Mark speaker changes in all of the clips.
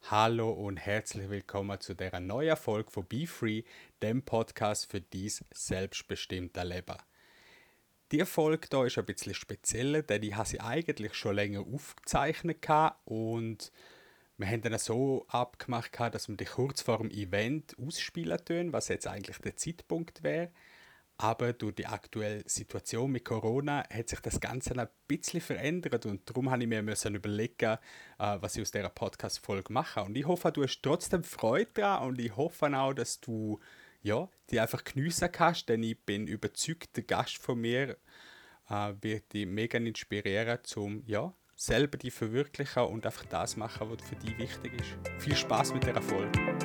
Speaker 1: Hallo und herzlich willkommen zu dieser neuen Folge von Be Free, dem Podcast für dein selbstbestimmte Leben. Diese Folge hier ist ein bisschen speziell, denn ich habe sie eigentlich schon länger aufgezeichnet und wir haben dann so abgemacht, dass wir die kurz vor dem Event ausspielen tun, was jetzt eigentlich der Zeitpunkt wäre. Aber durch die aktuelle Situation mit Corona hat sich das Ganze ein bisschen verändert und darum habe ich mir überlegen, was ich aus dieser Podcast-Folge mache. Und ich hoffe, du hast trotzdem Freude daran und ich hoffe auch, dass du die einfach geniessen kannst, denn ich bin überzeugt, der Gast von mir wird dich mega inspirieren, um selber dich verwirklichen und einfach das machen, was für dich wichtig ist. Viel Spaß mit der Folge!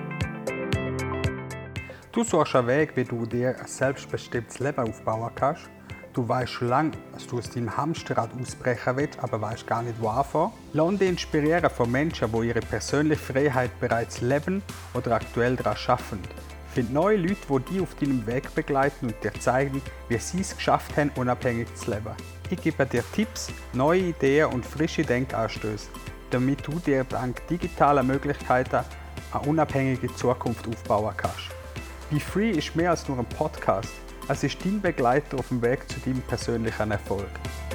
Speaker 1: Du suchst einen Weg, wie du dir ein selbstbestimmtes Leben aufbauen kannst. Du weißt schon lange, dass du aus deinem Hamsterrad ausbrechen willst, aber weißt gar nicht, wo anfangen. Lass dich inspirieren von Menschen, die ihre persönliche Freiheit bereits leben oder aktuell daran arbeiten. Find neue Leute, die dich auf deinem Weg begleiten und dir zeigen, wie sie es geschafft haben, unabhängig zu leben. Ich gebe dir Tipps, neue Ideen und frische Denkanstöße, damit du dir dank digitaler Möglichkeiten eine unabhängige Zukunft aufbauen kannst. Be Free ist mehr als nur ein Podcast. Es ist dein Begleiter auf dem Weg zu deinem persönlichen Erfolg.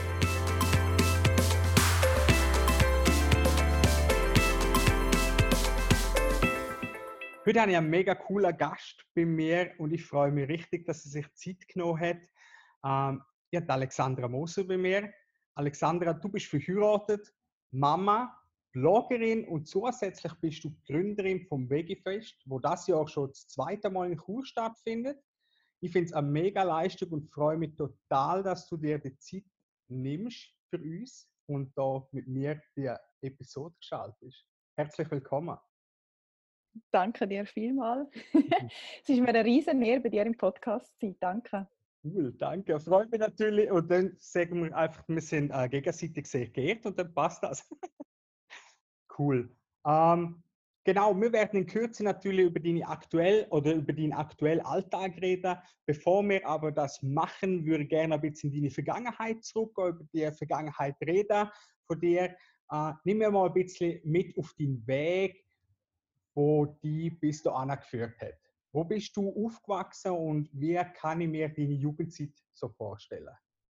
Speaker 1: Heute habe ich einen mega coolen Gast bei mir und ich freue mich richtig, dass sie sich Zeit genommen hat. Ich habe Alexandra Moser bei mir. Alexandra, du bist verheiratet, Mama, Bloggerin und zusätzlich bist du Gründerin vom Vegifest, wo das Jahr schon das zweite Mal in Chur stattfindet. Ich finde es eine mega Leistung und freue mich total, dass du dir die Zeit nimmst für uns und da mit mir die Episode gestaltest. Herzlich willkommen.
Speaker 2: Danke dir vielmals. Es ist mir eine riesen Ehre, bei dir im Podcast zu sein. Danke.
Speaker 1: Cool, danke. Freut mich natürlich. Und dann sagen wir einfach, wir sind gegenseitig sehr geehrt und dann passt das. Cool. Ähm, genau, wir werden in Kürze natürlich über deinen aktuellen Alltag reden. Bevor wir aber das machen, würde ich gerne ein bisschen in deine Vergangenheit zurückgehen, über die Vergangenheit reden von dir. Nimm mir mal ein bisschen mit auf deinen Weg, wo die bis dahin geführt hat. Wo bist du aufgewachsen und wie kann ich mir deine Jugendzeit so vorstellen?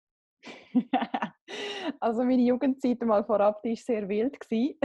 Speaker 2: Also meine Jugendzeit mal vorab, die war sehr wild.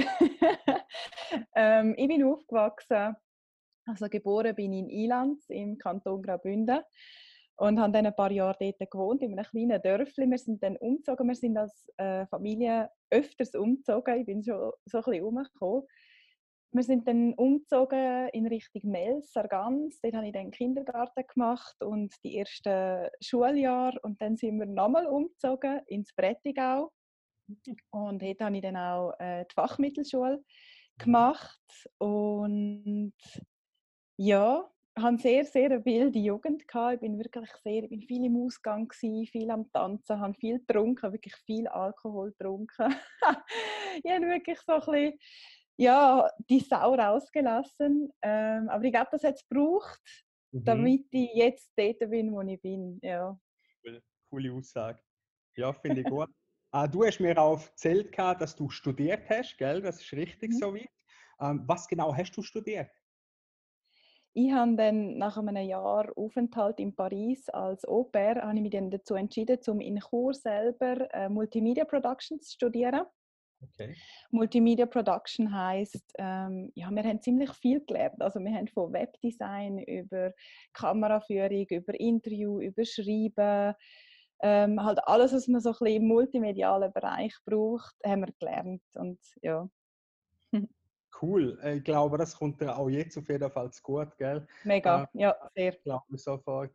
Speaker 2: Ich bin aufgewachsen, also geboren bin ich in Ilanz im Kanton Graubünden und habe dann ein paar Jahre dort gewohnt, in einem kleinen Dörfli. Wir sind dann umgezogen, wir sind als Familie öfters umgezogen, ich bin schon so ein bisschen rumgekommen. Wir sind dann umgezogen in Richtung Mels, Sargans. Dort habe ich dann Kindergarten gemacht und die ersten Schuljahre. Und dann sind wir nochmal umgezogen ins Prättigau. Und dort habe ich dann auch die Fachmittelschule gemacht. Und ja, ich hatte sehr, sehr eine wilde Jugend gehabt. Ich bin viel im Ausgang gewesen, viel am Tanzen, habe viel getrunken, wirklich viel Alkohol getrunken. Ich habe wirklich so ein bisschen, ja, die Sau rausgelassen. Aber ich glaube, das hat es gebraucht,
Speaker 1: Mhm.
Speaker 2: damit ich jetzt dort bin, wo ich bin. Ja.
Speaker 1: Cool. Coole Aussage. Ja, finde ich gut. Du hast mir auch erzählt, dass du studiert hast, gell? Das ist richtig
Speaker 2: Mhm.
Speaker 1: soweit. Was genau hast du studiert?
Speaker 2: Ich habe dann nach einem Jahr Aufenthalt in Paris als Au-pair habe ich mich dann dazu entschieden, um in Chur selber Multimedia Production zu studieren.
Speaker 1: Okay.
Speaker 2: Multimedia Production heisst, ja, wir haben ziemlich viel gelernt. Also wir haben von Webdesign über Kameraführung, über Interview, über Schreiben, halt alles, was man so ein bisschen im multimedialen Bereich braucht, haben wir gelernt. Und ja,
Speaker 1: Cool. Ich glaube, das kommt dir auch jetzt auf jeden Fall zu gut, gell? Äh,
Speaker 2: mega, ja, sehr.
Speaker 1: glaube ich sofort.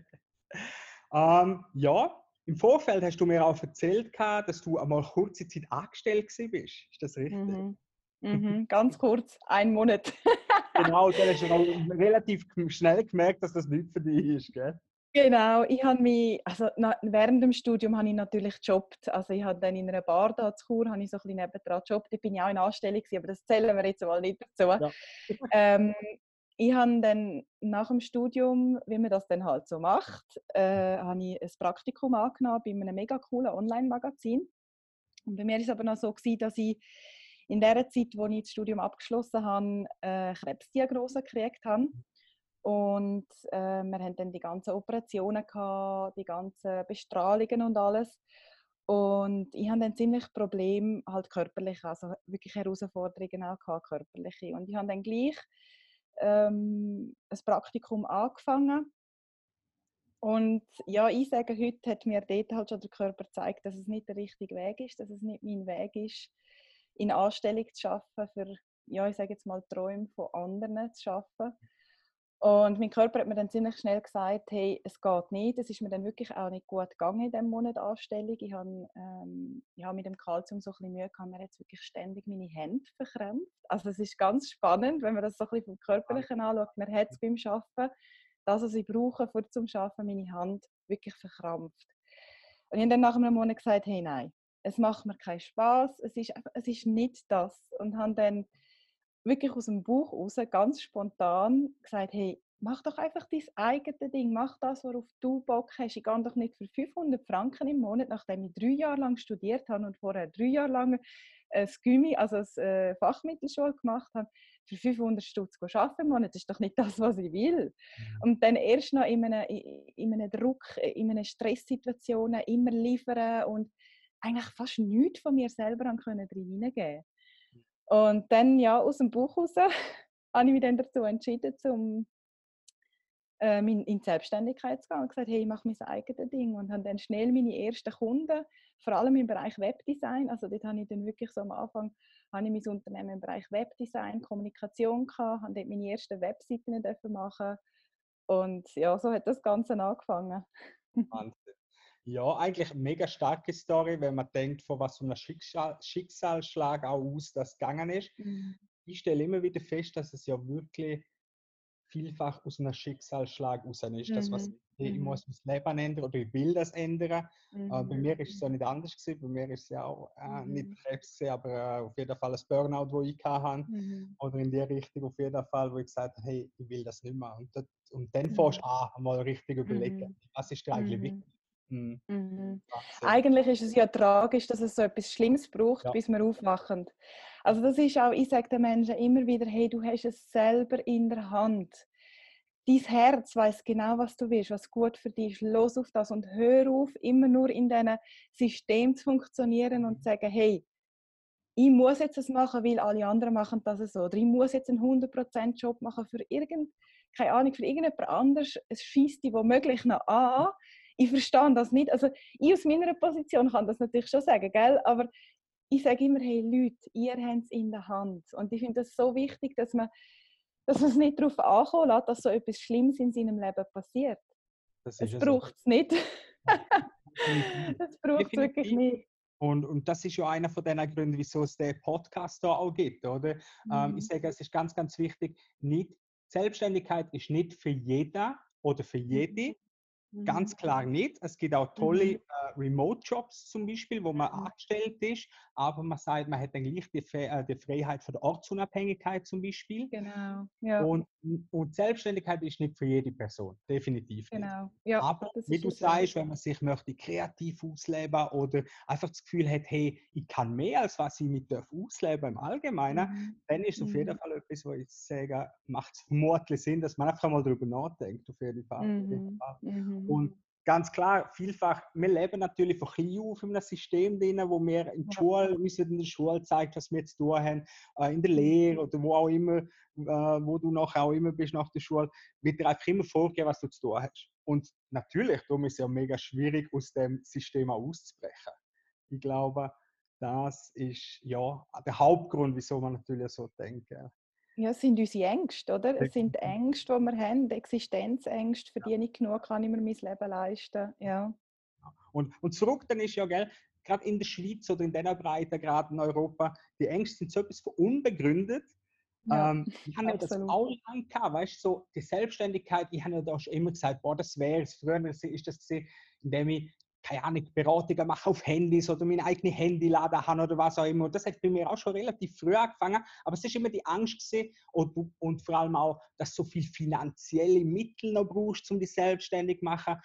Speaker 1: Ja, im Vorfeld hast du mir auch erzählt, dass du einmal kurze Zeit angestellt bist. Ist das richtig?
Speaker 2: Mhm. Mhm. Ganz kurz, 1 Monat.
Speaker 1: Genau, dann hast du auch relativ schnell gemerkt, dass das nicht für dich ist, gell?
Speaker 2: Genau, ich habe mich, also während dem Studium habe ich natürlich gejobbt. Also ich habe dann in einer Bar da zu Chur, habe ich so ein bisschen nebendran gejobbt. Da bin ich auch in Anstellung gewesen, aber das zählen wir jetzt mal nicht dazu.
Speaker 1: Ja.
Speaker 2: Ähm, Ich habe dann nach dem Studium, wie man das dann halt so macht, habe ich ein Praktikum angenommen bei einem mega coolen Online-Magazin. Und bei mir war es aber noch so gewesen, dass ich in der Zeit, wo ich das Studium abgeschlossen habe, Krebsdiagnose gekriegt habe. Und wir haben dann die ganzen Operationen gehabt, die ganzen Bestrahlungen und alles. Und ich hatte dann ziemlich Probleme, halt körperlich, also wirklich Herausforderungen auch gehabt, körperliche. Und ich habe dann gleich ein Praktikum angefangen. Und ja, ich sage, heute hat mir dort halt schon der Körper gezeigt, dass es nicht der richtige Weg ist, dass es nicht mein Weg ist, in Anstellung zu arbeiten, für, ja, ich sage jetzt mal, Träume von anderen zu arbeiten. Und mein Körper hat mir dann ziemlich schnell gesagt, hey, es geht nicht. Es ist mir dann wirklich auch nicht gut gegangen in diesem Monat Anstellung. Ich habe ja, mit dem Kalzium so ein bisschen Mühe gehabt. Mir hat wirklich ständig meine Hände verkrampft. Also es ist ganz spannend, wenn man das so ein bisschen vom Körperlichen anschaut. Man hat es beim Arbeiten, das, was ich brauche zum Arbeiten, meine Hand wirklich verkrampft. Und ich habe dann nach einem Monat gesagt, hey, nein, es macht mir keinen Spaß. Es ist nicht das. Und habe dann wirklich aus dem Bauch raus, ganz spontan gesagt, hey, mach doch einfach dein eigenes Ding, mach das, worauf du Bock hast. Ich gehe doch nicht für 500 Franken im Monat, nachdem ich 3 Jahre lang studiert habe und vorher 3 Jahre lang ein Gymi, also eine Fachmittelschule gemacht habe, für 500 Stutz arbeiten im Monat. Das ist doch nicht das, was ich will. Und dann erst noch in einem Druck, in einer Stresssituation immer liefern und eigentlich fast nichts von mir selber reingeben. Und dann, ja, aus dem Bauch raus, habe ich mich dann dazu entschieden, in die Selbstständigkeit zu gehen und gesagt, hey, ich mache mein eigenes Ding. Und habe dann schnell meine ersten Kunden, vor allem im Bereich Webdesign, also dort habe ich dann wirklich so am Anfang, habe ich mein Unternehmen im Bereich Webdesign, Kommunikation gehabt, habe dort meine ersten Webseiten machen. Und ja, so hat das Ganze angefangen.
Speaker 1: Wahnsinn. Ja, eigentlich eine mega starke Story, wenn man denkt, von was für einem Schicksalsschlag auch aus das gegangen ist.
Speaker 2: Mhm.
Speaker 1: Ich stelle immer wieder fest, dass es ja wirklich vielfach aus einem Schicksalsschlag raus ist. Das, was
Speaker 2: Mhm.
Speaker 1: ich
Speaker 2: Mhm.
Speaker 1: muss mein Leben ändern oder ich will das ändern. Bei
Speaker 2: Mhm.
Speaker 1: mir ist es ja nicht anders gewesen. Bei mir ist es ja auch nicht
Speaker 2: Mhm.
Speaker 1: Krebs gewesen, aber auf jeden Fall ein Burnout, wo ich hatte.
Speaker 2: Mhm.
Speaker 1: Oder in die Richtung auf jeden Fall, wo ich gesagt habe, hey, ich will das nicht mehr. Und dann fängst
Speaker 2: Mhm.
Speaker 1: du an, mal richtig überlegen,
Speaker 2: Mhm.
Speaker 1: was ist dir eigentlich
Speaker 2: Mhm.
Speaker 1: wichtig? Hm,
Speaker 2: Mhm.
Speaker 1: Wahnsinn.
Speaker 2: Eigentlich ist es ja tragisch, dass es so etwas Schlimmes braucht,
Speaker 1: Ja,
Speaker 2: bis wir aufwachen. Also das ist auch, ich sage den Menschen immer wieder, hey, du hast es selber in der Hand. Dein Herz weiß genau, was du willst, was gut für dich ist. Los auf das und hör auf, immer nur in diesem System zu funktionieren und zu sagen, hey, ich muss jetzt das machen, weil alle anderen machen das so. Oder ich muss jetzt einen 100% Job machen für keine Ahnung, für irgendjemand anderes. Es schießt dich womöglich noch an. Ich verstehe das nicht. Also ich aus meiner Position kann das natürlich schon sagen, gell? Aber ich sage immer, hey Leute, ihr habt es in der Hand. Und ich finde das so wichtig, dass man es nicht darauf ankommen lässt, dass so etwas Schlimmes in seinem Leben passiert.
Speaker 1: das ist
Speaker 2: Es
Speaker 1: ja so.
Speaker 2: braucht es nicht.
Speaker 1: Definitiv.
Speaker 2: Es braucht es wirklich
Speaker 1: Definitiv.
Speaker 2: nicht.
Speaker 1: Und das ist ja einer von den Gründen, wieso es den Podcast da auch gibt, oder? Ich
Speaker 2: Mhm.
Speaker 1: sage, es ist ganz, ganz wichtig, nicht, Selbstständigkeit ist nicht für jeder oder für
Speaker 2: Mhm.
Speaker 1: jede.
Speaker 2: Mhm.
Speaker 1: Ganz klar nicht. Es gibt auch tolle
Speaker 2: Mhm.
Speaker 1: Remote-Jobs zum Beispiel, wo man
Speaker 2: Mhm.
Speaker 1: angestellt ist, aber man sagt, man hat dann gleich die Freiheit von der Ortsunabhängigkeit zum Beispiel.
Speaker 2: Genau, ja,
Speaker 1: Und Selbstständigkeit ist nicht für jede Person, definitiv nicht.
Speaker 2: genau. Ja,
Speaker 1: Aber
Speaker 2: das
Speaker 1: wie
Speaker 2: ist
Speaker 1: du
Speaker 2: es so.
Speaker 1: sagst, wenn man sich möchte kreativ ausleben oder einfach das Gefühl hat, hey, ich kann mehr als was ich mit ausleben im Allgemeinen,
Speaker 2: Mhm.
Speaker 1: dann ist es auf jeden
Speaker 2: Mhm.
Speaker 1: Fall etwas, wo ich sage, macht es vermutlich Sinn, dass man einfach mal darüber nachdenkt, auf jeden Fall. Auf jeden
Speaker 2: Mhm.
Speaker 1: Fall.
Speaker 2: Mhm.
Speaker 1: Und ganz klar, vielfach, wir leben natürlich von klein auf in einem System drin, wo wir in der
Speaker 2: Ja.
Speaker 1: Schule, uns in der Schule zeigt, was wir zu tun haben, in der
Speaker 2: Mhm.
Speaker 1: Lehre oder wo auch immer, wo du nachher auch immer bist nach der Schule, wird dir einfach immer vorgegeben, was du zu tun hast. Und natürlich, darum ist es ja mega schwierig, aus dem System auch auszubrechen. Ich glaube, das ist ja der Hauptgrund, wieso man natürlich so denkt. Ja.
Speaker 2: Ja, es sind unsere Ängste, oder? Es sind
Speaker 1: Definitiv.
Speaker 2: Ängste, die wir haben, Existenzängste, für die nicht genug kann ich mir mein Leben leisten. Ja.
Speaker 1: Und zurück dann ist ja, gell, gerade in der Schweiz oder in den Breitengraden in Europa, die Ängste sind so etwas von unbegründet.
Speaker 2: Ja,
Speaker 1: Ich habe ja das
Speaker 2: absolut.
Speaker 1: auch lange gehabt, weißt du, so die Selbstständigkeit, ich habe ja da schon immer gesagt, boah, das wäre es. Früher ist das gewesen, indem ich, keine Ahnung, Beratungen mache auf Handys oder mein eigenes Handyladen habe oder was auch immer. Und das hat bei mir auch schon relativ früh angefangen, aber es ist immer die Angst gewesen und vor allem auch, dass du so viel finanzielle Mittel noch brauchst, um dich selbstständig zu machen.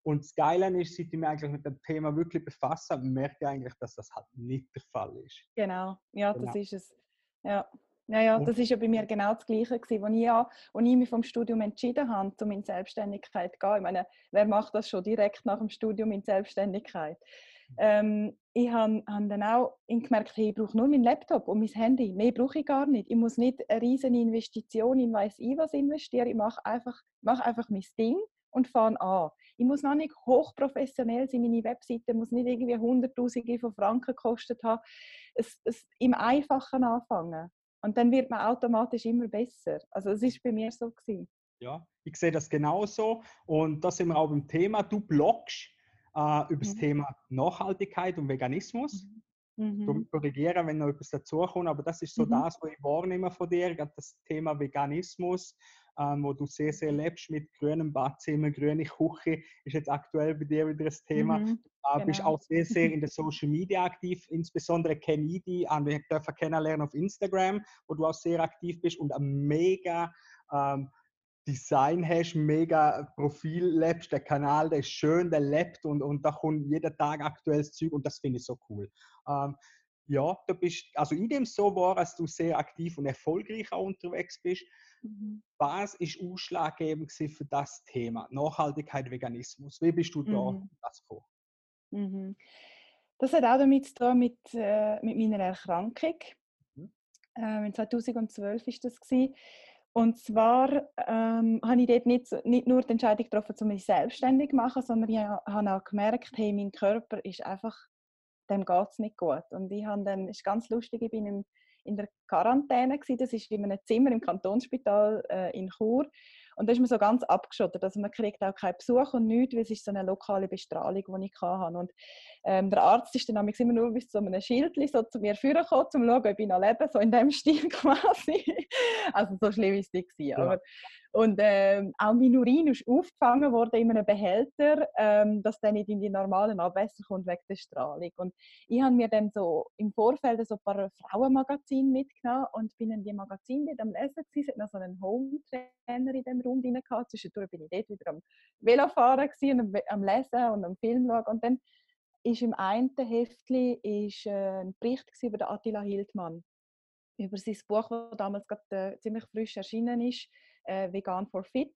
Speaker 3: Und das Geile ist, seit ich mich eigentlich mit dem Thema wirklich befasse, merke ich eigentlich, dass das halt nicht der Fall ist.
Speaker 2: Genau, ja, das
Speaker 3: Genau.
Speaker 2: ist es. Ja. Ja, ja,
Speaker 3: Und
Speaker 2: das ist ja bei mir genau das Gleiche gewesen, als ich mich vom Studium entschieden habe, um in die Selbstständigkeit zu gehen. Ich meine, wer macht das schon direkt nach dem Studium in die Selbstständigkeit? Ich habe dann auch gemerkt, hey, ich brauche nur meinen Laptop und mein Handy. Mehr brauche ich gar nicht. Ich muss nicht eine riesige Investition in weiss ich was investieren. Ich mache einfach mein Ding und fange an. Ich muss noch nicht hochprofessionell sein. Meine Webseite muss nicht irgendwie Hunderttausende von Franken gekostet haben. Im Einfachen anfangen. Und dann wird man automatisch immer besser. Also es ist bei mir so gewesen.
Speaker 3: ja, ich sehe das genauso. Und da sind wir auch beim Thema. Du bloggst über das
Speaker 2: Mhm.
Speaker 3: Thema Nachhaltigkeit und Veganismus.
Speaker 2: Mhm.
Speaker 3: Korrigieren, wenn noch etwas dazukommt, aber das ist so
Speaker 2: Mhm.
Speaker 3: das, was ich wahrnehme von dir, gerade das Thema Veganismus, wo du sehr, sehr lebst mit grünem Badzimmer, grüne Küche, ist jetzt aktuell bei dir wieder das Thema.
Speaker 2: Mhm.
Speaker 3: Bist
Speaker 2: Genau.
Speaker 3: auch sehr, sehr in den Social Media aktiv, insbesondere kenne ich dich, wir dürfen kennenlernen auf Instagram, wo du auch sehr aktiv bist und ein mega Design hast, mega Profil lebst, der Kanal, der ist schön, der lebt und da kommt jeden Tag aktuelles Zeug und das finde ich so cool. Ja, du bist, also in dem so war, dass du sehr aktiv und erfolgreich auch unterwegs bist.
Speaker 2: Mhm.
Speaker 3: Was ist ausschlaggebend für das Thema Nachhaltigkeit, Veganismus? Wie bist du da
Speaker 2: Mhm.
Speaker 3: das gekommen?
Speaker 2: Mhm. Das hat auch damit zu tun mit meiner Erkrankung.
Speaker 3: Mhm.
Speaker 2: 2012 war das gewesen. Und zwar habe ich dort nicht nur die Entscheidung getroffen, um mich selbstständig zu machen, sondern ich habe auch gemerkt, hey, mein Körper ist einfach, dem geht es nicht gut. Und ich habe dann, es ist ganz lustig, ich bin in der Quarantäne gewesen, das ist in einem Zimmer im Kantonsspital in Chur. Und da ist man so ganz abgeschottet, also man kriegt auch keinen Besuch und nichts, weil es ist so eine lokale Bestrahlung, die ich hatte. Und der Arzt ist dann immer nur bis zu einem Schildchen so zu mir vorgekommen, um zu schauen, ob ich noch lebe, so in dem Stil quasi. Also so schlimm war es nicht.
Speaker 3: Ja.
Speaker 2: Und auch mein Urin ist aufgefangen worden in einem Behälter, dass der nicht in die normalen Abwässer kommt wegen der Strahlung. Und ich habe mir dann so im Vorfeld so ein paar Frauenmagazine mitgenommen und bin in die Magazine am Lesen gewesen. Es hat noch so einen Home-Trainer in dem Raum drin gehabt. Zwischendurch bin ich dort wieder am Velofahren und am Lesen und am Film schauen. Und dann ist im einen Heftli ein Bericht über den Attila Hildmann, über sein Buch, das damals gerade ziemlich frisch erschienen ist, «Vegan for Fit».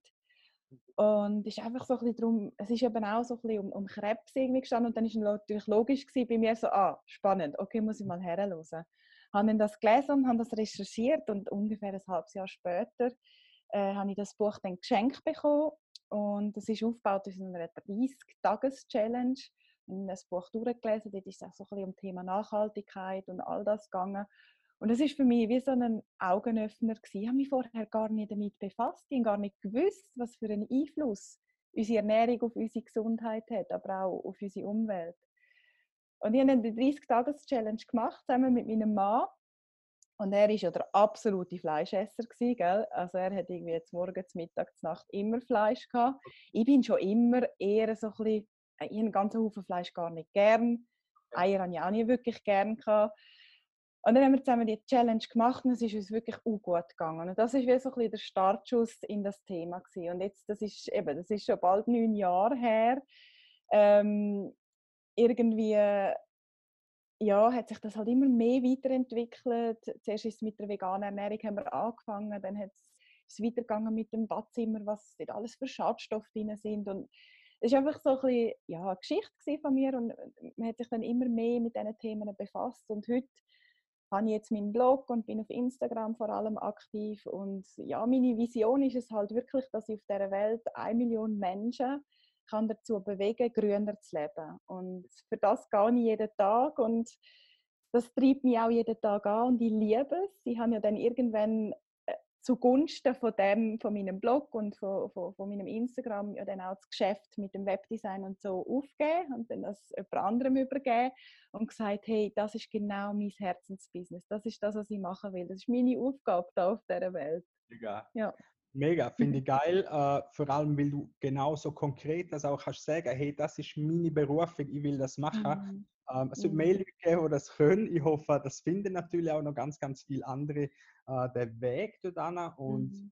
Speaker 2: Und es ist einfach so ein bisschen darum, es ist eben auch so ein bisschen um Krebs irgendwie gestanden und dann ist natürlich logisch gewesen, bei mir so, spannend, okay, muss ich mal herhören. Habe dann das gelesen und habe das recherchiert und ungefähr ein halbes Jahr später habe ich das Buch dann geschenkt bekommen und das ist aufgebaut in einer 30-Tages-Challenge. Ich habe das Buch durchgelesen, dort ist es auch so ein bisschen um das Thema Nachhaltigkeit und all das gegangen. Und das ist für mich wie so ein Augenöffner gewesen. Ich habe mich vorher gar nicht damit befasst. Ich habe gar nicht gewusst, was für einen Einfluss unsere Ernährung auf unsere Gesundheit hat, aber auch auf unsere Umwelt. Und ich habe dann die 30-Tages-Challenge gemacht, zusammen mit meinem Mann. Und er war ja der absolute Fleischesser gewesen, gell? Also er hat irgendwie zum Morgen, zum Mittag, zur Nacht immer Fleisch gehabt. Ich bin schon immer eher so ein bisschen, ich habe einen ganzen Haufen Fleisch gar nicht gern. Eier habe ich auch nicht wirklich gern gehabt. Und dann haben wir zusammen die Challenge gemacht und es ist uns wirklich gut gegangen. Und das ist wie so ein bisschen der Startschuss in das Thema gewesen. Und jetzt, das ist schon bald 9 Jahre her. Irgendwie ja, hat sich das halt immer mehr weiterentwickelt. Zuerst ist es mit der veganen Ernährung haben wir angefangen, dann ist es weitergegangen mit dem Badzimmer, was dort alles für Schadstoffe drin sind. Und es war einfach so ein bisschen, ja, eine Geschichte von mir und man hat sich dann immer mehr mit diesen Themen befasst. Und heute habe ich jetzt meinen Blog und bin auf Instagram vor allem aktiv. Und ja, meine Vision ist es halt wirklich, dass ich auf dieser Welt 1 Million Menschen kann dazu bewegen, grüner zu leben. Und für das gehe ich jeden Tag und das treibt mich auch jeden Tag an und ich liebe es. Ich habe ja dann irgendwann zugunsten von meinem Blog und von meinem Instagram ja dann auch das Geschäft mit dem Webdesign und so aufgegeben und dann das jemand anderem übergeben und gesagt, hey, das ist genau mein Herzensbusiness. Das ist das, was ich machen will. Das ist meine Aufgabe da auf dieser Welt.
Speaker 3: Mega,
Speaker 2: Ja.
Speaker 3: mega, finde ich geil. Vor allem, weil du genauso konkret das auch kannst sagen, hey, das ist meine Berufung, ich will das machen.
Speaker 2: Mhm.
Speaker 3: Es wird mehr Leute geben, die das können. Ich hoffe, das finden natürlich auch noch ganz, ganz viele andere den Weg dort hin. Und
Speaker 2: Mhm.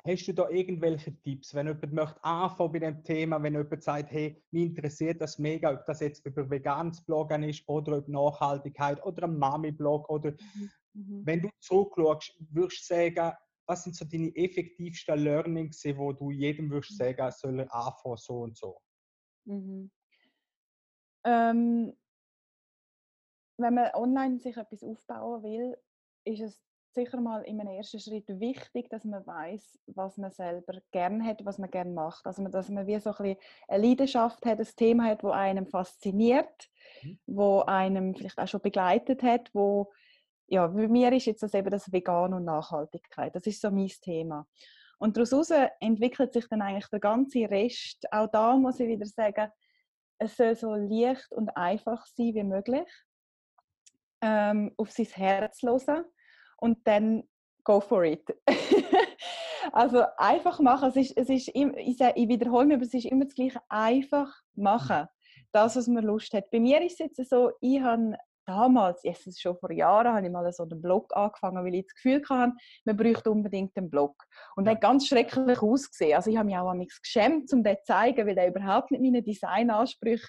Speaker 3: Hast du da irgendwelche Tipps, wenn jemand möchte anfangen bei dem Thema, wenn jemand sagt, hey, mich interessiert das mega, ob das jetzt über veganes Bloggen ist oder über Nachhaltigkeit oder ein Mami-Blog oder
Speaker 2: Mhm. Mhm.
Speaker 3: wenn du zurückschaust, würdest du sagen, was sind so deine effektivsten Learnings, wo du jedem würdest sagen, soll er anfangen, so und so?
Speaker 2: Mhm. Ähm, Wenn man online sich etwas aufbauen will, ist es sicher mal in einem ersten Schritt wichtig, dass man weiß, was man selber gern hat, was man gern macht. Also dass man wie so ein bisschen eine Leidenschaft hat, ein Thema hat, wo einem fasziniert,
Speaker 3: Mhm.
Speaker 2: wo einem vielleicht auch schon begleitet hat, wo ja, bei mir ist jetzt das eben das Vegan und Nachhaltigkeit. Das ist so mein Thema. Und daraus entwickelt sich dann eigentlich der ganze Rest. Auch da muss ich wieder sagen, es soll so leicht und einfach sein wie möglich, auf sein Herz hören und dann go for it. Also einfach machen. Ich wiederhole mich, aber es ist immer das Gleiche. Einfach machen. Das, was man Lust hat. Bei mir ist es jetzt so, ich habe damals, es ist schon vor Jahren, habe ich mal so einen Blog angefangen, weil ich das Gefühl hatte, man bräuchte unbedingt einen Blog. Und der hat ganz schrecklich ausgesehen. Also ich habe mich auch an mich geschämt, um den zu zeigen, weil der überhaupt nicht meinen Designansprüchen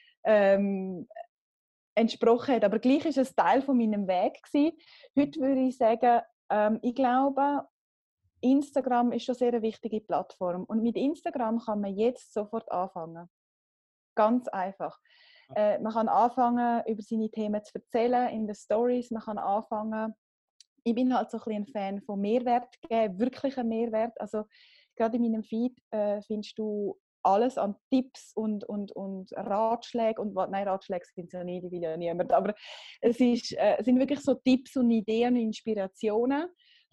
Speaker 2: entsprochen hat. Aber gleich war es Teil von meinem Weg gewesen. Heute würde ich sagen, ich glaube, Instagram ist schon sehr eine wichtige Plattform. Und mit Instagram kann man jetzt sofort anfangen. Ganz einfach. Man kann anfangen, über seine Themen zu erzählen in den Stories. Man kann anfangen, ich bin halt so ein bisschen ein Fan von Mehrwert geben, wirklichen Mehrwert. Also gerade in meinem Feed findest du alles an Tipps und Ratschlägen und nein, Ratschläge sind es ja nicht, die will ja niemand, aber es sind wirklich so Tipps und Ideen und Inspirationen,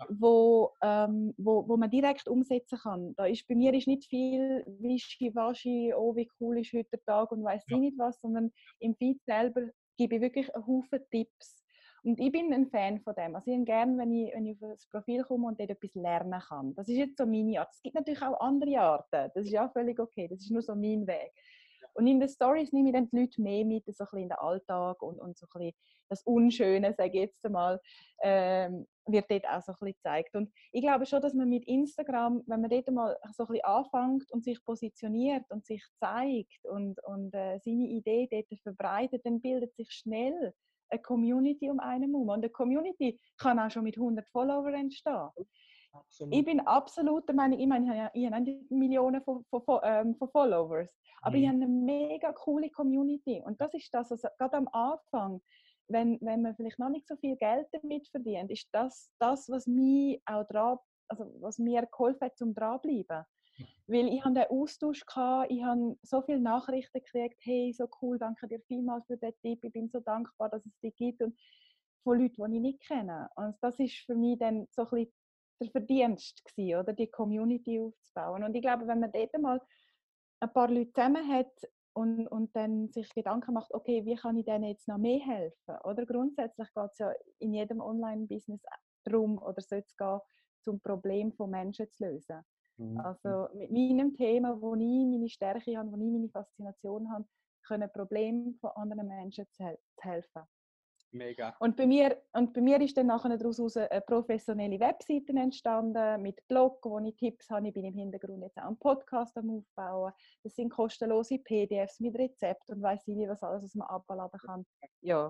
Speaker 2: wo man direkt umsetzen kann. Bei mir ist nicht viel Wischi-Waschi, oh wie cool ist heute der Tag und weiss ich nicht was, sondern im Feed selber gebe ich wirklich einen Haufen Tipps. Und ich bin ein Fan von dem. Also ich habe gerne, wenn ich auf das Profil komme und dort etwas lernen kann. Das ist jetzt so meine Art. Es gibt natürlich auch andere Arten. Das ist auch völlig okay. Das ist nur so mein Weg. Und in den Stories nehme ich dann die Leute mehr mit, so ein bisschen in den Alltag und so ein bisschen das Unschöne, sage ich jetzt einmal, wird dort auch so ein bisschen gezeigt. Und ich glaube schon, dass man mit Instagram, wenn man dort mal so ein bisschen anfängt und sich positioniert und sich zeigt und seine Idee dort verbreitet, dann bildet sich schnell eine Community um einen herum. Und eine Community kann auch schon mit 100 Followern entstehen.
Speaker 3: Absolut.
Speaker 2: Ich bin absolut der Meinung, ich habe nicht Millionen von Followers, aber ich habe eine mega coole Community. Und das ist das, also gerade am Anfang, wenn man vielleicht noch nicht so viel Geld damit verdient, ist das, was mich auch was mir geholfen hat, zum dranbleiben. Weil ich hatte den Austausch, ich habe so viele Nachrichten gekriegt, hey, so cool, danke dir vielmals für den Tipp, ich bin so dankbar, dass es die gibt. Und von Leuten, die ich nicht kenne. Und das ist für mich dann so ein bisschen der Verdienst gewesen, oder die Community aufzubauen. Und ich glaube, wenn man dort mal ein paar Leute zusammen hat und dann sich Gedanken macht, okay, wie kann ich denen jetzt noch mehr helfen? Oder grundsätzlich geht es ja in jedem Online-Business darum, oder soll es gehen, zum Problem von Menschen zu lösen. Also mit meinem Thema, wo ich meine Stärke habe, wo ich meine Faszination habe, können Probleme von anderen Menschen zu helfen.
Speaker 3: Mega.
Speaker 2: Und bei mir ist dann nachher daraus eine professionelle Webseite entstanden, mit Blog, wo ich Tipps habe. Ich bin im Hintergrund jetzt auch einen Podcast am Aufbauen. Das sind kostenlose PDFs mit Rezepten und weiss ich nicht, was alles, was man abladen kann. Ja.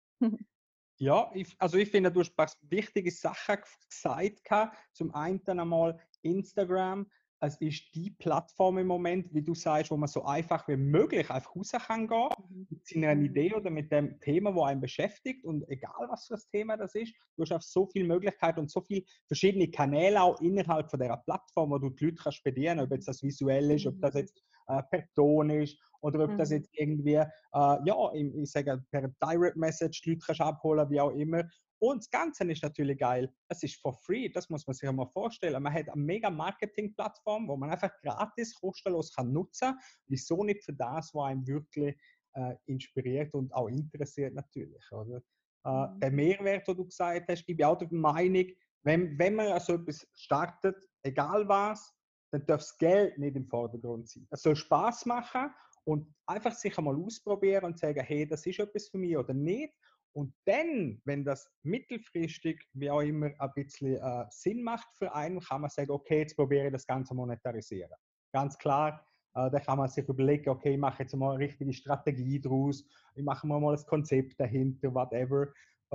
Speaker 3: Ja, ich finde, du hast ein paar wichtige Sachen gesagt. Zum einen einmal Instagram. Es ist die Plattform im Moment, wie du sagst, wo man so einfach wie möglich einfach raus kann gehen mit seiner Idee oder mit dem Thema, das einen beschäftigt. Und egal, was für das Thema das ist, du hast auch so viele Möglichkeiten und so viele verschiedene Kanäle auch innerhalb von dieser Plattform, wo du die Leute kannst bedienen, ob jetzt das visuell ist, ob das jetzt per Ton ist oder ob das jetzt irgendwie, ich sage, per Direct Message die Leute kannst abholen, wie auch immer. Und das Ganze ist natürlich geil. Es ist for free, das muss man sich einmal vorstellen. Man hat eine mega Marketing-Plattform, wo man einfach gratis, kostenlos kann nutzen kann. Wieso nicht für das, was einem wirklich inspiriert und auch interessiert natürlich. Oder? Der Mehrwert, den du gesagt hast, ich bin auch der Meinung, wenn man so etwas startet, egal was, dann darf das Geld nicht im Vordergrund sein. Es soll Spaß machen und einfach sich einmal ausprobieren und sagen, hey, das ist etwas für mich oder nicht. Und dann, wenn das mittelfristig, wie auch immer, ein bisschen Sinn macht für einen, kann man sagen, okay, jetzt probiere ich das Ganze monetarisieren. Ganz klar, da kann man sich überlegen, okay, ich mache jetzt mal eine richtige Strategie draus, ich mache mal ein Konzept dahinter, whatever.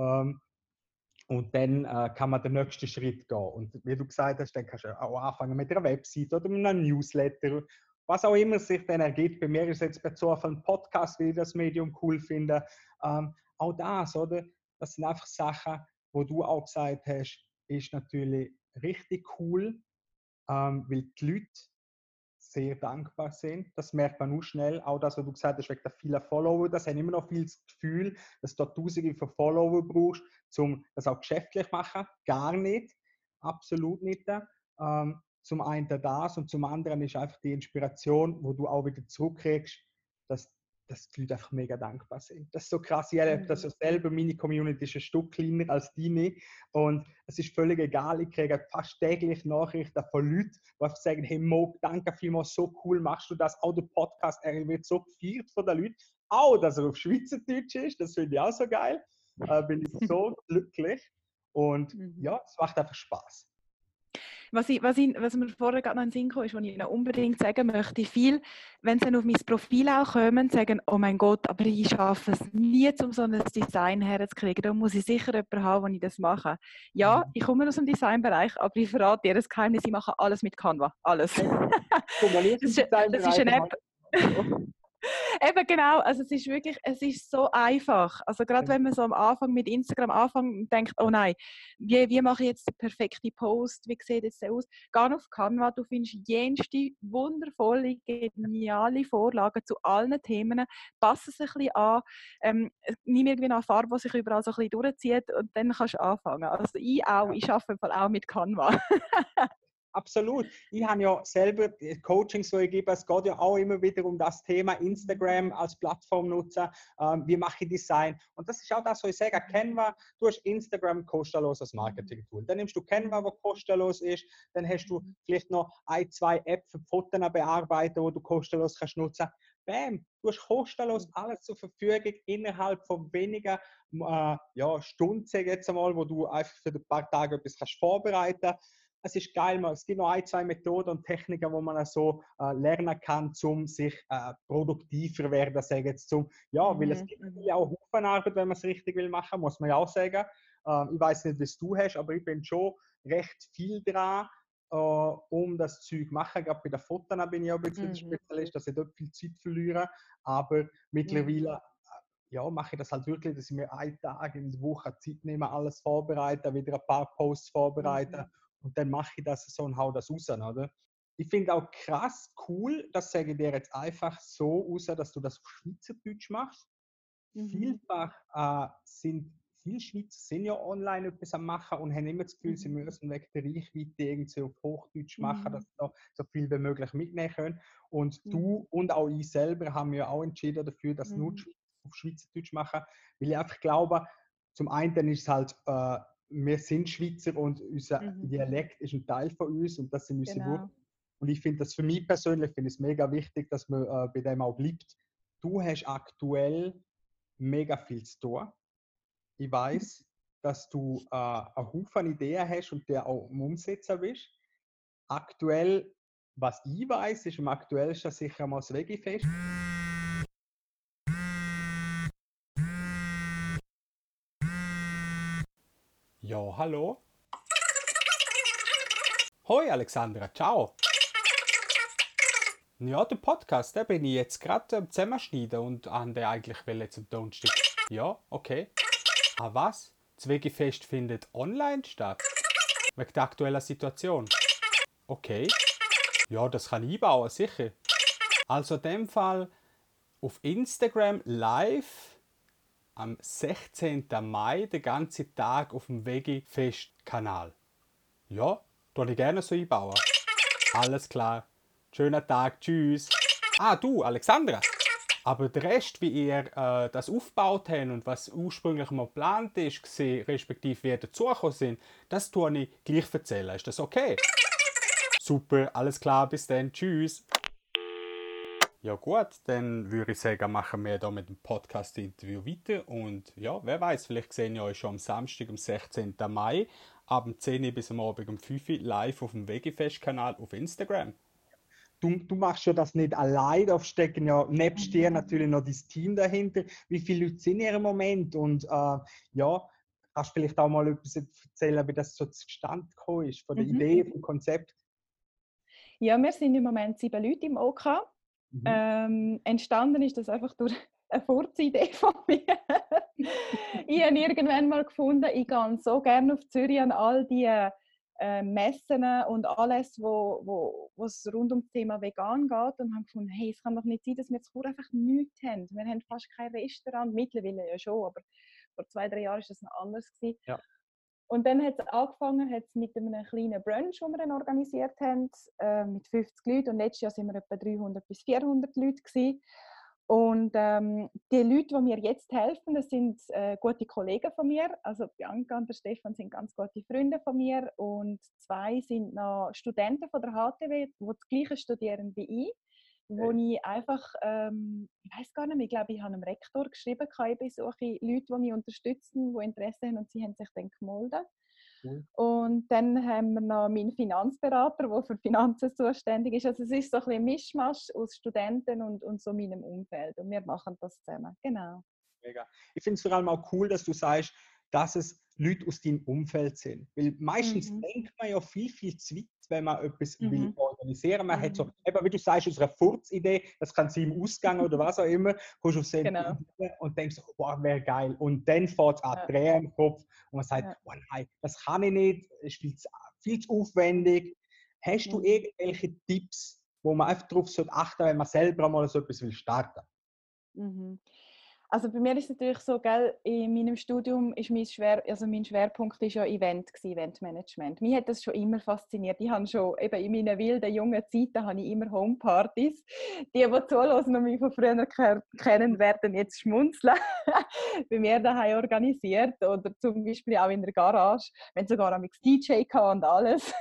Speaker 3: Und dann kann man den nächsten Schritt gehen. Und wie du gesagt hast, dann kannst du auch anfangen mit einer Website oder mit einem Newsletter, was auch immer sich dann ergibt. Bei mir ist es jetzt bei so einem Podcast, wie ich das Medium cool finde. Auch das, oder? Das sind einfach Sachen, wo du auch gesagt hast, ist natürlich richtig cool, weil die Leute sehr dankbar sind. Das merkt man nur schnell. Auch das, was du gesagt hast, wegen der vielen Follower. Das haben immer noch viel das Gefühl, dass du Tausende von Follower brauchst, um das auch geschäftlich zu machen. Gar nicht. Absolut nicht. Zum einen das und zum anderen ist einfach die Inspiration, wo du auch wieder zurückkriegst, dass die Leute einfach mega dankbar sind. Das ist so krass. Ich erlebe das selber. Meine Community ist ein Stück kleiner als deine. Und es ist völlig egal. Ich kriege fast täglich Nachrichten von Leuten, die einfach sagen: Hey Mo, danke vielmals, so cool machst du das. Auch der Podcast, er wird so gefeiert von den Leuten. Auch, dass er auf Schweizerdeutsch ist. Das finde ich auch so geil. Bin ich so glücklich. Und ja, es macht einfach Spaß.
Speaker 2: Was mir vorher gerade noch in den Sinn kam, ist, was ich noch unbedingt sagen möchte, viel, wenn sie dann auf mein Profil auch kommen, sagen, oh mein Gott, aber ich schaffe es nie, um so ein Design herzukriegen. Da muss ich sicher jemanden haben, wo ich das mache. Ja, ich komme aus dem Designbereich, aber ich verrate dir das Geheimnis, ich mache alles mit Canva. Alles.
Speaker 3: Guck mal,
Speaker 2: das ist eine App. Eben genau, also es ist so einfach. Also gerade wenn man so am Anfang mit Instagram anfängt und denkt, oh nein, wie mache ich jetzt den perfekten Post, wie sieht jetzt der aus? Geh auf Canva, du findest jenste wundervolle, geniale Vorlagen zu allen Themen, passe es ein bisschen an, nimm irgendwie eine Farbe, die sich überall so ein bisschen durchzieht und dann kannst du anfangen. Also ich arbeite auch mit Canva.
Speaker 3: Absolut. Ich habe ja selber Coachings, so ich gebe, es geht ja auch immer wieder um das Thema Instagram als Plattform nutzen. Wie mache ich Design? Und das ist auch das, was ich sage. Canva, du hast Instagram kostenlos als Marketing-Tool. Dann nimmst du Canva, was kostenlos ist. Dann hast du vielleicht noch ein, zwei Apps für Fotos bearbeiten, die du kostenlos kannst nutzen. Bam, du hast kostenlos alles zur Verfügung innerhalb von wenigen Stunden, jetzt einmal, wo du einfach für ein paar Tage etwas kannst vorbereiten kannst. Es ist geil, es gibt noch ein, zwei Methoden und Techniken, wo man so lernen kann, um sich produktiver werden, sage jetzt weil es gibt ja auch Hufenarbeit, wenn man es richtig will machen, muss man ja auch sagen. Ich weiß nicht, was du hast, aber ich bin schon recht viel dran, um das Zeug zu machen. Gerade bei den Fotos bin ich auch ein bisschen Spezialist, dass ich dort viel Zeit verliere, aber mittlerweile mache ich das halt wirklich, dass ich mir einen Tag in der Woche Zeit nehme, alles vorbereiten, wieder ein paar Posts vorbereiten. Und dann mache ich das so und hau das raus, oder? Ich finde auch krass cool, das sage ich dir jetzt einfach so raus, dass du das auf Schweizerdeutsch machst. Vielfach sind viele Schweizer sind ja online etwas am machen und haben immer das Gefühl, sie müssen wegen der Reichweite irgendwie auf Hochdeutsch machen, dass sie da so viel wie möglich mitnehmen können. Und du und auch ich selber haben ja auch entschieden dafür, dass nur auf Schweizerdeutsch machen, weil ich einfach glaube, zum einen ist es halt wir sind Schweizer und unser Dialekt ist ein Teil von uns und das sind unsere Wurzeln. Und ich finde das für mich persönlich mega wichtig, dass man bei dem auch bleibt. Du hast aktuell mega viel zu tun. Ich weiß, dass du einen Haufen Ideen hast und der auch umsetzen willst. Aktuell, was ich weiß, ist am aktuellsten sicher mal das Veggie-Fest.
Speaker 1: Ja, hallo? Hoi Alexandra, ciao! Ja, der Podcast, den bin ich jetzt gerade am Zusammenschneiden und an der eigentlich jetzt am Donnerstag. Ja, okay. Ah, was? Das Veggie-Fest findet online statt? Wegen der aktuellen Situation? Okay. Ja, das kann ich einbauen, sicher. Also in dem Fall auf Instagram live am 16. Mai den ganzen Tag auf dem Veggie-Fest-Kanal. Ja, tue ich gerne so einbauen. Alles klar. Schönen Tag, tschüss. Ah, du, Alexandra. Aber der Rest, wie ihr das aufgebaut habt und was ursprünglich mal geplant ist, respektive wie ihr dazugekommen sind, das tue ich gleich erzählen. Ist das okay? Super, alles klar, bis dann, tschüss. Ja gut, dann würde ich sagen, machen wir da mit dem Podcast-Interview weiter. Und ja, wer weiß, vielleicht sehen wir euch schon am Samstag, am 16. Mai, ab dem 10 Uhr bis am Abend um 5 Uhr live auf dem Vegefest-Kanal auf Instagram.
Speaker 3: Du machst ja das nicht allein, da stecken ja nebst dir natürlich noch dein Team dahinter. Wie viele Leute sind ihr im Moment? Und ja, kannst du vielleicht auch mal etwas erzählen, wie das so zustande gekommen ist, von der Idee, vom Konzept?
Speaker 2: Ja, wir sind im Moment 7 Leute im OK. Entstanden ist das einfach durch eine Furzidee von mir. Ich habe irgendwann mal gefunden, ich gehe so gerne auf Zürich an all die Messen und alles, wo es rund um das Thema vegan geht, und habe gefunden, hey, es kann doch nicht sein, dass wir in Chur einfach nichts haben. Wir haben fast kein Restaurant, mittlerweile ja schon, aber vor 2-3 Jahren war das noch anders gewesen.
Speaker 3: Ja.
Speaker 2: Und dann hat es angefangen mit einem kleinen Brunch, den wir dann organisiert haben, mit 50 Leuten. Und letztes Jahr waren wir etwa 300 bis 400 Leute gewesen. Und die Leute, die mir jetzt helfen, das sind gute Kollegen von mir. Also Bianca und der Stefan sind ganz gute Freunde von mir. Und 2 sind noch Studenten von der HTW, die das Gleiche studieren wie ich. Wo ich einfach, ich weiß gar nicht mehr, ich glaube, ich habe einem Rektor geschrieben, ich besuche Leute, die mich unterstützen, die Interesse haben, und sie haben sich dann gemeldet. Und dann haben wir noch meinen Finanzberater, der für Finanzen zuständig ist. Also es ist so ein bisschen ein Mischmasch aus Studenten und so meinem Umfeld. Und wir machen das zusammen. Genau.
Speaker 3: Mega. Ich finde es vor allem auch cool, dass du sagst, dass es Leute aus deinem Umfeld sind. Weil meistens denkt man ja viel zu weit, wenn man etwas will organisieren. Man hat so, eben, wie du sagst, aus einer Furzidee, das kann sein im Ausgang oder was auch immer, kommst du auf Idee und denkst, wow, wäre geil. Und dann fährt es an Drehen im Kopf und man sagt, oh nein, das kann ich nicht, es ist viel zu aufwendig. Hast du irgendwelche Tipps, wo man einfach darauf achten sollte, wenn man selber mal so etwas will starten?
Speaker 2: Also bei mir ist es natürlich so, gell, in meinem Studium ist mein Schwerpunkt ist ja Eventmanagement. Mich hat das schon immer fasziniert. Ich habe schon eben in meinen wilden, jungen Zeiten habe ich immer Homepartys. Die zuhören und mich von früher kennen, werden jetzt schmunzeln. Bei mir daheim organisiert oder zum Beispiel auch in der Garage. Wir haben sogar einen DJ und alles.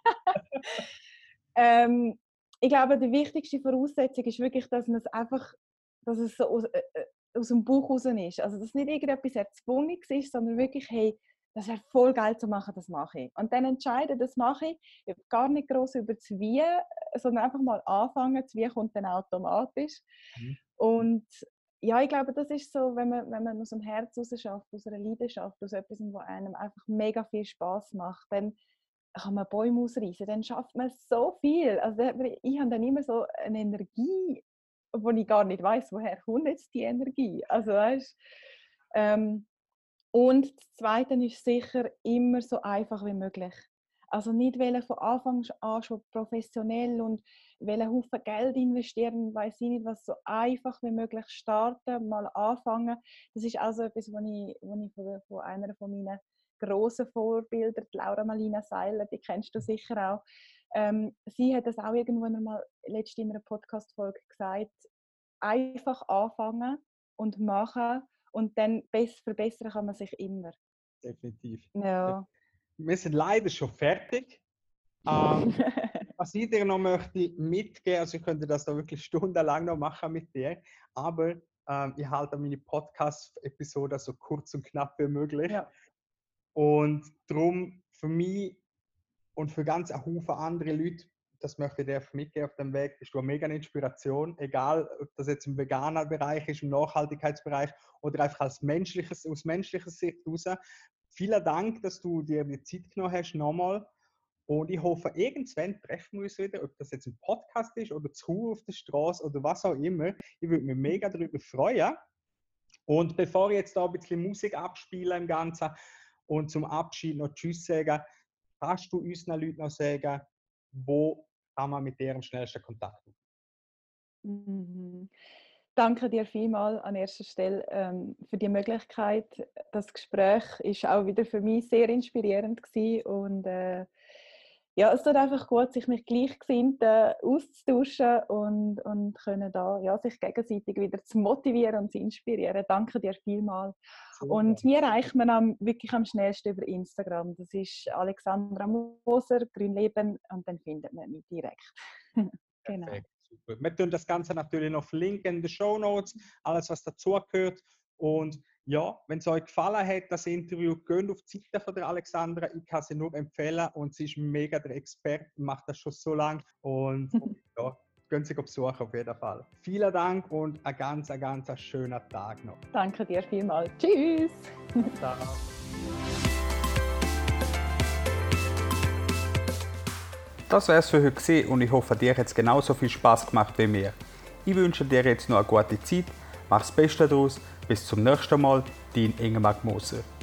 Speaker 2: Ich glaube, die wichtigste Voraussetzung ist wirklich, dass man es einfach, dass es so aus dem Bauch raus ist. Also, dass nicht irgendetwas Erzwungenes ist, sondern wirklich, hey, das wäre voll geil zu machen, das mache ich. Und dann entscheiden, das mache ich. Gar nicht groß über das Wie, sondern einfach mal anfangen. Das Wie kommt dann automatisch. Und ja, ich glaube, das ist so, wenn man aus dem Herz raus schafft, aus einer Leidenschaft, aus etwas, was einem einfach mega viel Spaß macht, dann kann man Bäume ausreißen, dann schafft man so viel. Also ich habe dann immer so eine Energie, wo ich gar nicht weiß, woher kommt jetzt die Energie. Also weißt, und das Zweite ist sicher immer so einfach wie möglich. Also nicht von Anfang an schon professionell und Haufen Geld investieren, weiß ich nicht, was, so einfach wie möglich starten, mal anfangen. Das ist auch so etwas, was ich von einer von meinen grossen Vorbilder, Laura Marlina Seiler, die kennst du sicher auch. Sie hat das auch irgendwann einmal letztens in einer Podcast-Folge gesagt, einfach anfangen und machen und dann verbessern kann man sich immer.
Speaker 3: Definitiv.
Speaker 2: Ja.
Speaker 3: Wir sind leider schon fertig. Was ich dir noch möchte mitgeben, also ich könnte das da wirklich stundenlang noch machen mit dir, aber ich halte meine Podcast-Episode so kurz und knapp wie möglich.
Speaker 2: Ja.
Speaker 3: Und darum für mich und für ganz einen Haufen andere Leute, das möchte ich dir mitgeben auf dem Weg, bist du eine mega Inspiration, egal ob das jetzt im veganen Bereich ist, im Nachhaltigkeitsbereich oder einfach aus menschlicher Sicht heraus. Vielen Dank, dass du dir die Zeit genommen hast, nochmal. Und ich hoffe, irgendwann treffen wir uns wieder, ob das jetzt ein Podcast ist oder zu auf der Straße oder was auch immer. Ich würde mich mega darüber freuen. Und bevor ich jetzt da ein bisschen Musik abspiele im Ganzen und zum Abschied noch Tschüss sagen, kannst du unseren Leuten noch sagen, wo kann man mit dir am schnellsten Kontakt
Speaker 2: aufnehmen? Danke dir vielmals an erster Stelle für die Möglichkeit. Das Gespräch ist auch wieder für mich sehr inspirierend gewesen und ja, es tut einfach gut, sich mit Gleichgesinnten auszutauschen und können da ja, sich gegenseitig wieder zu motivieren und zu inspirieren. Danke dir vielmals. Und mir erreicht man wirklich am schnellsten über Instagram. Das ist Alexandra Moser, Grünleben, und dann findet man mich direkt. Genau.
Speaker 3: Perfekt. Super. Wir tun das Ganze natürlich noch verlinken in den Shownotes, alles was dazugehört. Und ja, wenn es euch gefallen hat, das Interview, geht auf die Seite von der Alexandra. Ich kann sie nur empfehlen und sie ist mega der Experte, macht das schon so lange. Und ja, gehen Sie besuchen auf jeden Fall. Vielen Dank und ein ganz schöner Tag noch.
Speaker 2: Danke dir vielmals. Tschüss!
Speaker 3: Ciao.
Speaker 1: Das wär's für heute gewesen und ich hoffe, dir hat es genauso viel Spaß gemacht wie mir. Ich wünsche dir jetzt noch eine gute Zeit, mach das Beste daraus, bis zum nächsten Mal, dein Ingemar Moser.